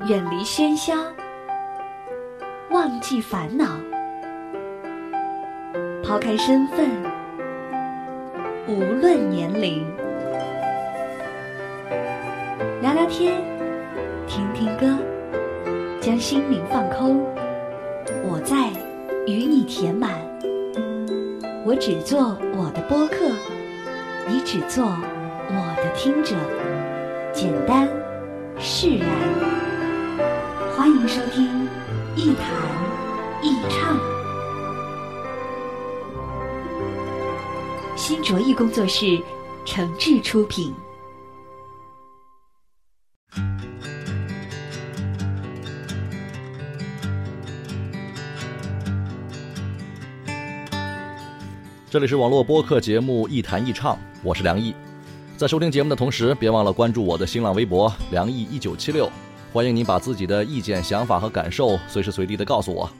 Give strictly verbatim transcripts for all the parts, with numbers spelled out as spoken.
远离喧嚣，忘记烦恼，抛开身份，无论年龄，聊聊天，听听歌，将心灵放空。我在与你填满，我只做我的播客，你只做我的听者，简单释然。欢迎收听一谈一唱，新卓艺工作室诚挚出品。 这里是网络播客节目一谈一唱，我是梁毅。在收听节目的同时，别忘了关注我的新浪微博梁毅一九七六，欢迎您把自己的意见、想法和感受随时随地的告诉我。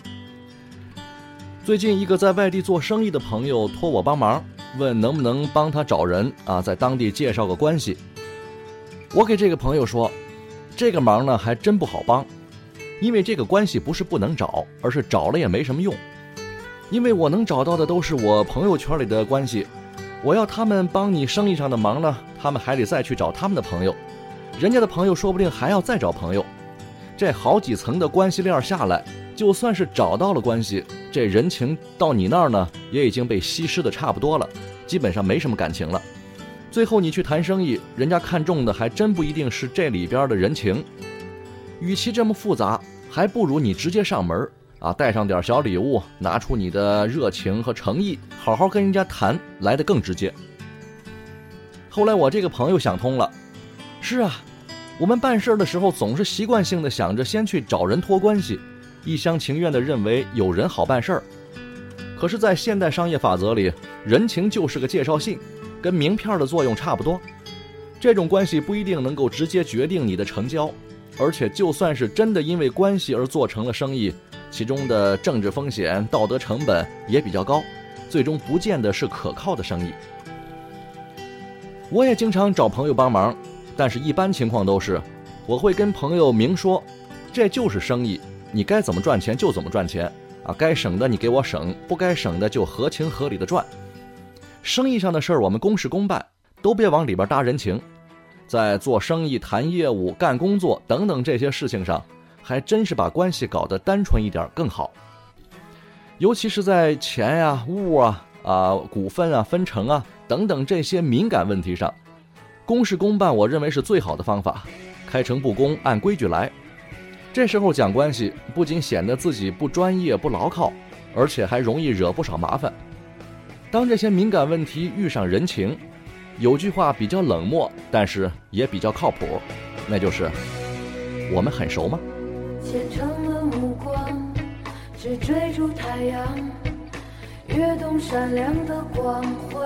最近一个在外地做生意的朋友托我帮忙，问能不能帮他找人啊，在当地介绍个关系。我给这个朋友说，这个忙呢还真不好帮，因为这个关系不是不能找，而是找了也没什么用。因为我能找到的都是我朋友圈里的关系，我要他们帮你生意上的忙呢，他们还得再去找他们的朋友，人家的朋友说不定还要再找朋友，这好几层的关系链下来，就算是找到了关系，这人情到你那儿呢，也已经被稀释的差不多了，基本上没什么感情了。最后你去谈生意，人家看中的还真不一定是这里边的人情。与其这么复杂，还不如你直接上门啊，带上点小礼物，拿出你的热情和诚意，好好跟人家谈，来得更直接。后来我这个朋友想通了，是啊，我们办事的时候总是习惯性的想着先去找人托关系，一厢情愿的认为有人好办事儿。可是在现代商业法则里，人情就是个介绍信，跟名片的作用差不多。这种关系不一定能够直接决定你的成交，而且就算是真的因为关系而做成了生意，其中的政治风险、道德成本也比较高，最终不见得是可靠的生意。我也经常找朋友帮忙，但是一般情况都是我会跟朋友明说，这就是生意，你该怎么赚钱就怎么赚钱啊，该省的你给我省，不该省的就合情合理的赚。生意上的事儿我们公事公办，都别往里边搭人情。在做生意、谈业务、干工作等等这些事情上，还真是把关系搞得单纯一点更好。尤其是在钱呀、物啊、啊股份啊、分成啊等等这些敏感问题上，公事公办我认为是最好的方法，开诚布公，按规矩来。这时候讲关系，不仅显得自己不专业、不牢靠，而且还容易惹不少麻烦。当这些敏感问题遇上人情，有句话比较冷漠，但是也比较靠谱，那就是我们很熟吗？ 虔诚的目光只追逐太阳，跃动闪亮的光辉，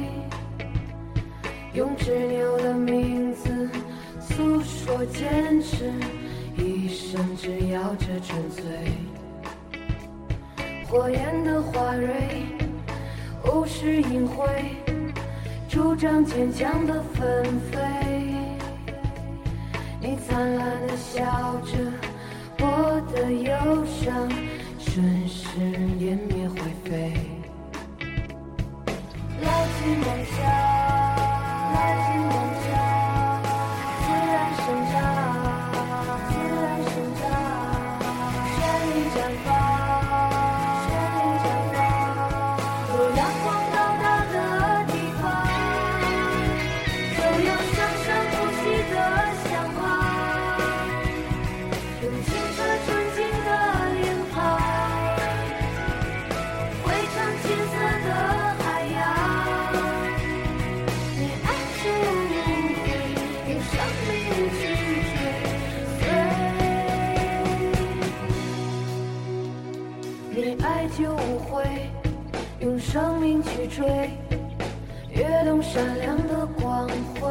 用执拗的名字诉说坚持，一生只要这纯粹。火焰的花蕊无视隐晦，主张坚强的纷飞。你灿烂的笑着，我的忧伤瞬时湮灭灰飞。牢记梦想，牢记梦想，自然生长，自然生长，绚丽绽放，绚丽绽放。有阳光到达的地方，就有生生不息的向往。用清澈纯净的脸庞，汇成金色的海洋。你爱就会用生命去追随，你爱就会用生命去追，跃动闪亮的光辉，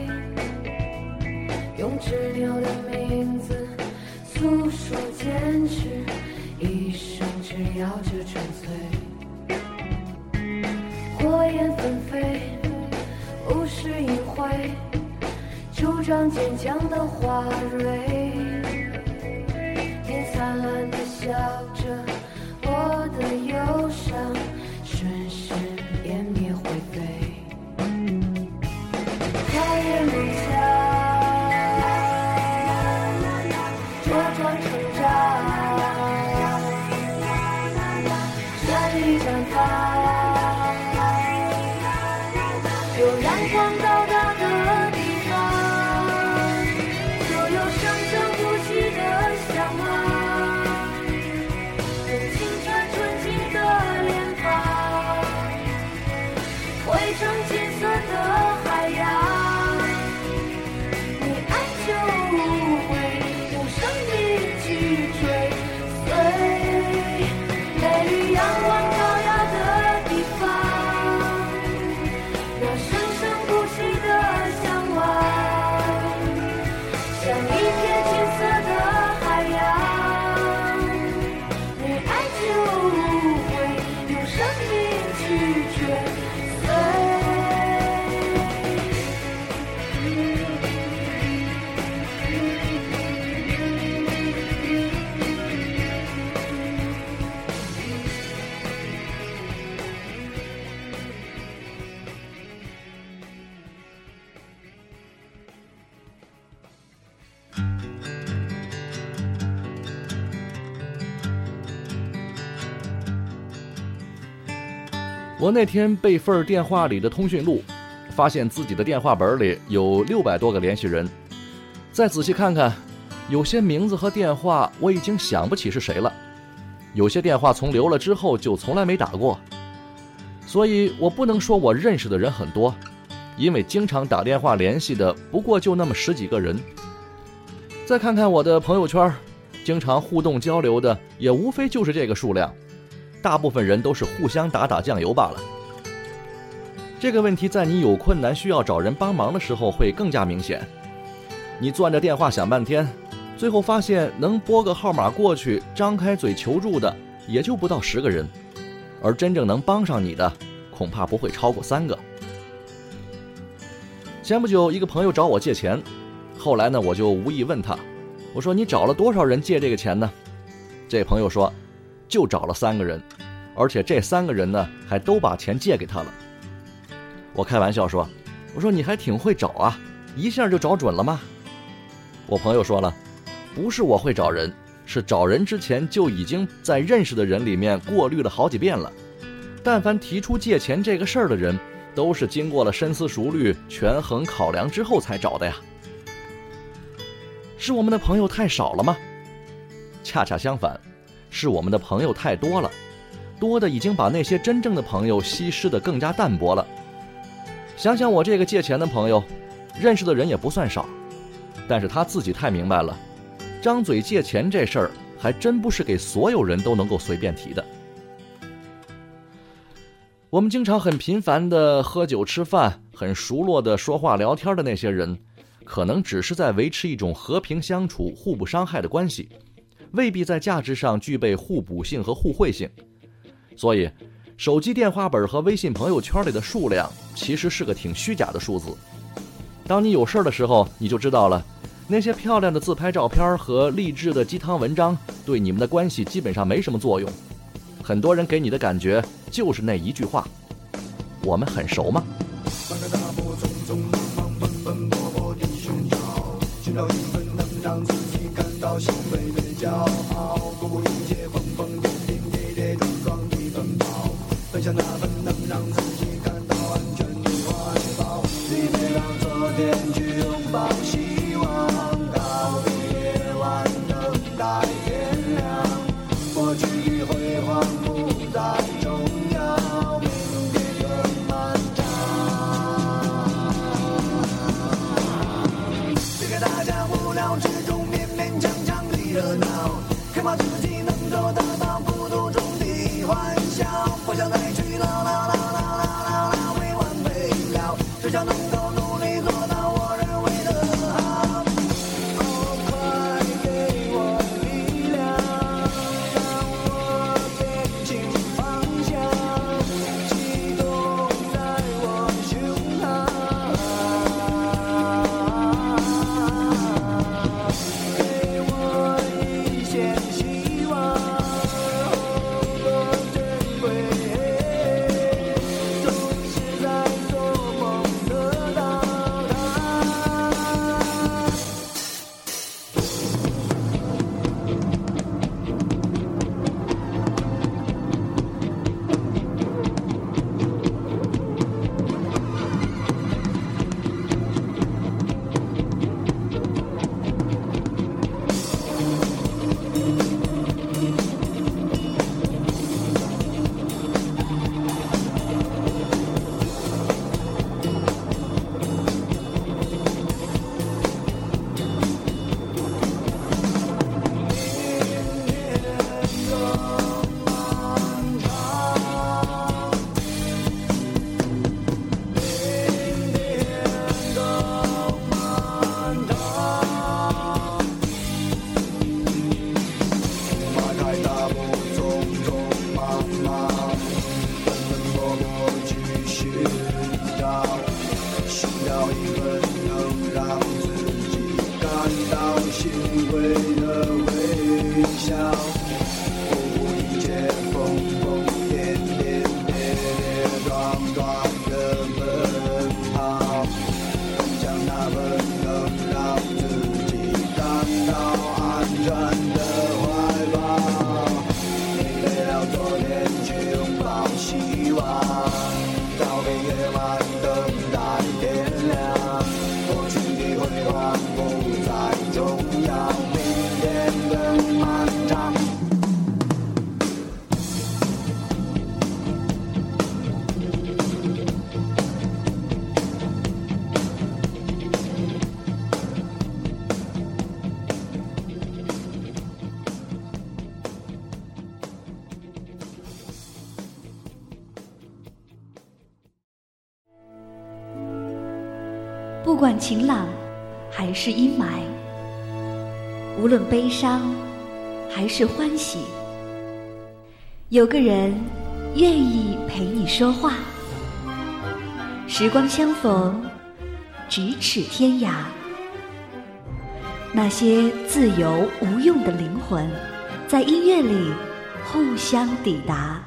用执拗的名字诉说坚持，一生只要这纯粹。火焰纷飞，无视隐晦，主张坚强的花蕊， 懒懒地笑着，我的忧伤瞬时湮灭灰飞。开眼梦想，茁壮成长，绚丽绽放，有阳光到达的地方，就有生生不息的向往，用青春纯净的脸庞，汇成金色的海洋。 我那天背份电话里的通讯录，发现自己的电话本里有六百多个联系人。再仔细看看，有些名字和电话我已经想不起是谁了，有些电话从留了之后就从来没打过。所以我不能说我认识的人很多，因为经常打电话联系的不过就那么十几个人。再看看我的朋友圈，经常互动交流的也无非就是这个数量，大部分人都是互相打打酱油罢了。这个问题在你有困难需要找人帮忙的时候会更加明显。你攥着电话想半天，最后发现能拨个号码过去张开嘴求助的也就不到十个人，而真正能帮上你的恐怕不会超过三个。前不久一个朋友找我借钱，后来呢我就无意问他，我说你找了多少人借这个钱呢？这朋友说就找了三个人，而且这三个人呢还都把钱借给他了。我开玩笑说，我说你还挺会找啊，一下就找准了吗？我朋友说了，不是我会找人，是找人之前就已经在认识的人里面过滤了好几遍了。但凡提出借钱这个事儿的人，都是经过了深思熟虑、权衡考量之后才找的呀。是我们的朋友太少了吗？恰恰相反，是我们的朋友太多了，多的已经把那些真正的朋友稀释得更加淡薄了。想想我这个借钱的朋友，认识的人也不算少，但是他自己太明白了，张嘴借钱这事儿还真不是给所有人都能够随便提的。我们经常很频繁的喝酒吃饭，很熟络的说话聊天的那些人，可能只是在维持一种和平相处、互不伤害的关系，未必在价值上具备互补性和互惠性。所以手机电话本和微信朋友圈里的数量其实是个挺虚假的数字。当你有事的时候，你就知道了，那些漂亮的自拍照片和励志的鸡汤文章对你们的关系基本上没什么作用。很多人给你的感觉就是那一句话，我们很熟吗？寻找一份能让自己感到欣慰的骄傲，不顾一切疯疯癫癫跌跌撞撞地奔跑，分享那份能让自己感到安全的怀抱。你别让昨天去拥抱希望，告别夜晚等待天亮，过去的辉煌不再重要，明天更漫长。离开大家无聊之中勉勉强强的热闹，害怕自己能够达到孤独中的欢笑，不想再去啦啦啦啦啦啦啦为完美了，只想能够努力做到我认为的好。哦，快给我力量，让我辨清方向，悸动在我胸膛。给我一线希少一分能让自己感到欣慰的微笑，不顾一切疯疯癫癫跌跌撞撞的奔跑，分享那份能让自己感到安全的怀抱，你为了昨天去拥抱希望，告别夜晚等待天亮，过去的辉煌不再重要，明天更漫长。 不管晴朗还是阴霾，无论悲伤还是欢喜，有个人愿意陪你说话。时光相逢，咫尺天涯。那些自由无用的灵魂，在音乐里互相抵达。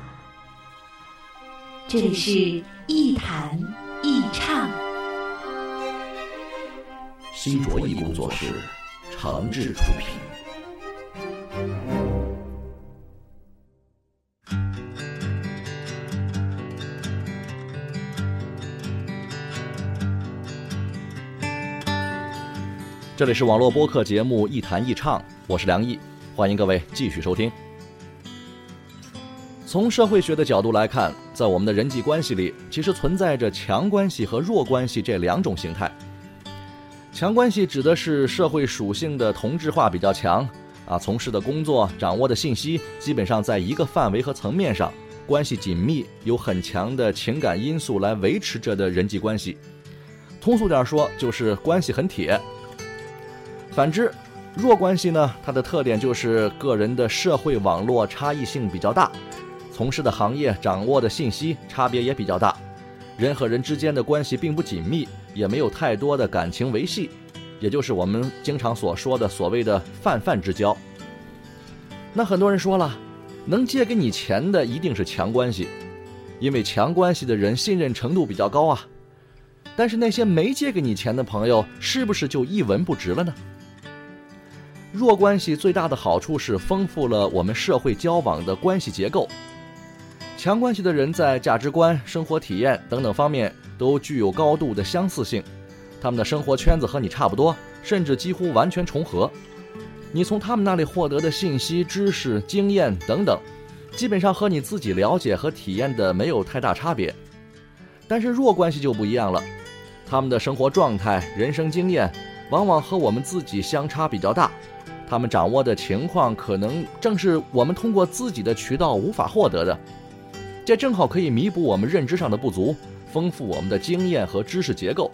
这里是一弹一唱。 新卓艺工作室诚挚出品。这里是网络播客节目一弹一唱，我是梁毅，欢迎各位继续收听。从社会学的角度来看，在我们的人际关系里，其实存在着强关系和弱关系这两种形态。强关系指的是社会属性的同质化比较强啊，从事的工作、掌握的信息基本上在一个范围和层面上，关系紧密，有很强的情感因素来维持着的人际关系。通俗点说，就是关系很铁。反之，弱关系呢，它的特点就是个人的社会网络差异性比较大，从事的行业、掌握的信息差别也比较大，人和人之间的关系并不紧密，也没有太多的感情维系，也就是我们经常所说的所谓的泛泛之交。那很多人说了，能借给你钱的一定是强关系，因为强关系的人信任程度比较高啊。但是那些没借给你钱的朋友，是不是就一文不值了呢？弱关系最大的好处是丰富了我们社会交往的关系结构。强关系的人在价值观、生活体验等等方面都具有高度的相似性，他们的生活圈子和你差不多，甚至几乎完全重合。你从他们那里获得的信息、知识、经验等等，基本上和你自己了解和体验的没有太大差别。但是弱关系就不一样了，他们的生活状态、人生经验往往和我们自己相差比较大，他们掌握的情况可能正是我们通过自己的渠道无法获得的，这正好可以弥补我们认知上的不足，丰富我们的经验和知识结构。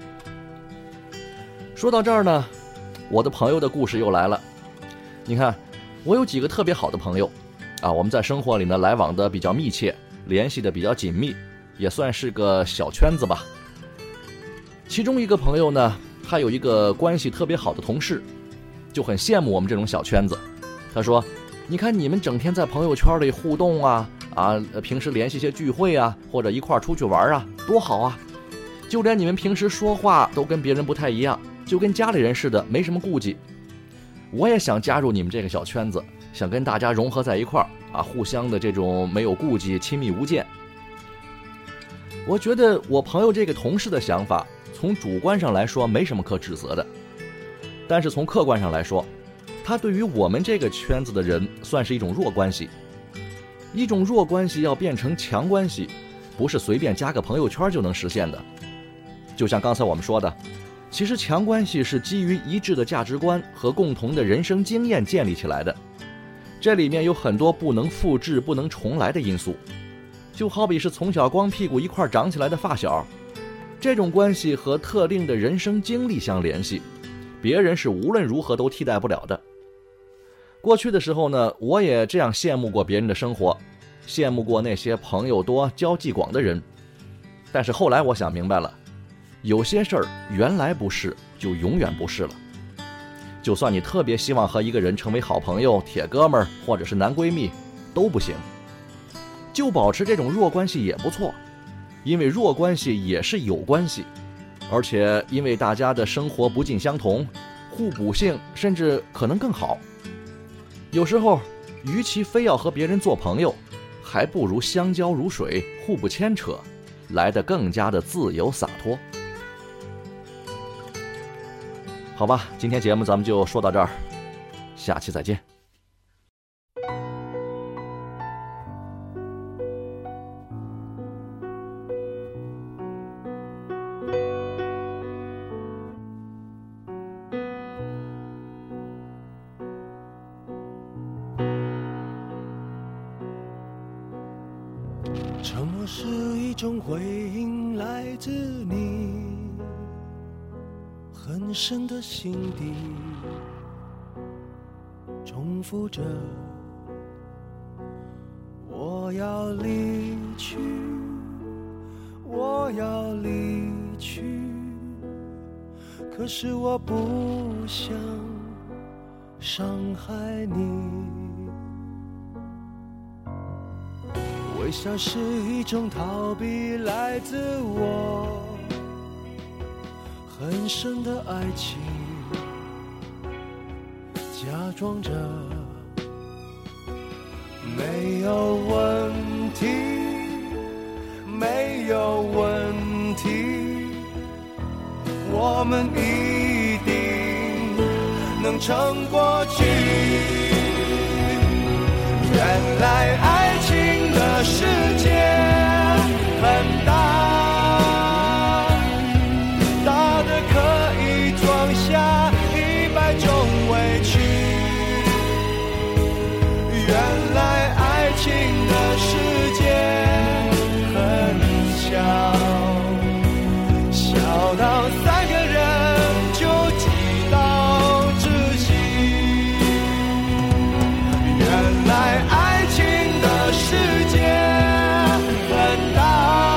说到这儿呢，我的朋友的故事又来了。你看，我有几个特别好的朋友啊，我们在生活里呢来往的比较密切，联系的比较紧密，也算是个小圈子吧。其中一个朋友呢，他有一个关系特别好的同事，就很羡慕我们这种小圈子。他说，你看你们整天在朋友圈里互动啊啊，平时联系一些聚会啊，或者一块儿出去玩啊，多好啊！就连你们平时说话都跟别人不太一样，就跟家里人似的，没什么顾忌。我也想加入你们这个小圈子，想跟大家融合在一块儿啊，互相的这种没有顾忌，亲密无间。我觉得我朋友这个同事的想法，从主观上来说没什么可指责的，但是从客观上来说，他对于我们这个圈子的人算是一种弱关系。一种弱关系要变成强关系，不是随便加个朋友圈就能实现的。就像刚才我们说的，其实强关系是基于一致的价值观和共同的人生经验建立起来的，这里面有很多不能复制、不能重来的因素。就好比是从小光屁股一块长起来的发小，这种关系和特定的人生经历相联系，别人是无论如何都替代不了的。过去的时候呢，我也这样羡慕过别人的生活，羡慕过那些朋友多、交际广的人。但是后来我想明白了， 有些事儿原来不是，就永远不是了。就算你特别希望和一个人成为好朋友、铁哥们儿，或者是男闺蜜，都不行。就保持这种弱关系也不错，因为弱关系也是有关系，而且因为大家的生活不尽相同，互补性甚至可能更好。有时候，与其非要和别人做朋友，还不如相交如水，互不牵扯，来得更加的自由洒脱。好吧，今天节目咱们就说到这儿，下期再见。 沉默是一种回应，来自你很深的心底，重复着我要离去，我要离去，可是我不想伤害你。微笑是一种逃避，来自我很深的爱情，假装着没有问题，没有问题，我们一定能撑过去。原来爱情的世界很大，大的可以装下一百种委屈。原来爱情的世界很小，小到三个人就挤到窒息。原来爱情的世界很大，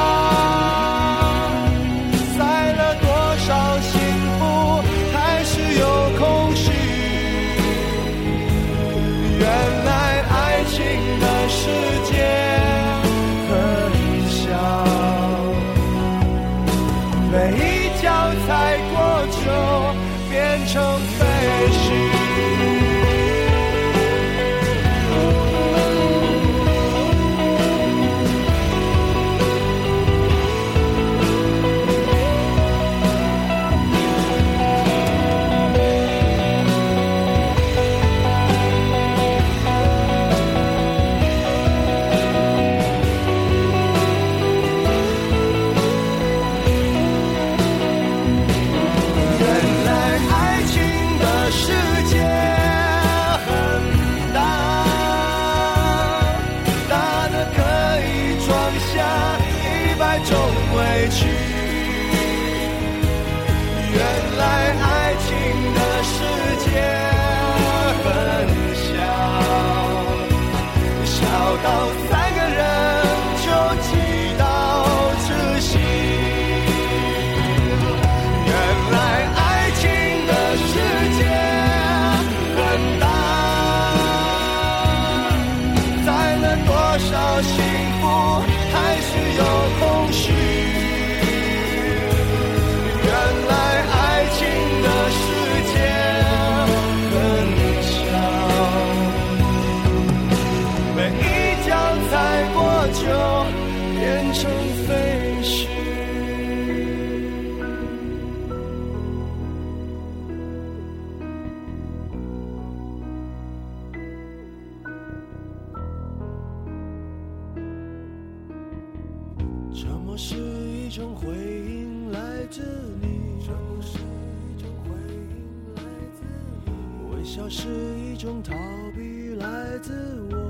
塞了多少幸福还是有空虚。原来爱情的世界很小，每一脚踩过就变成废墟。到三个人就挤到窒息。原来爱情的世界很大，载了多少幸福还是有空虚。原来爱情的世界很小，每一脚踩过就变成废墟。沉默是一种回应，来自你。沉默是一种回应，来自你。微笑是一种逃避，来自我。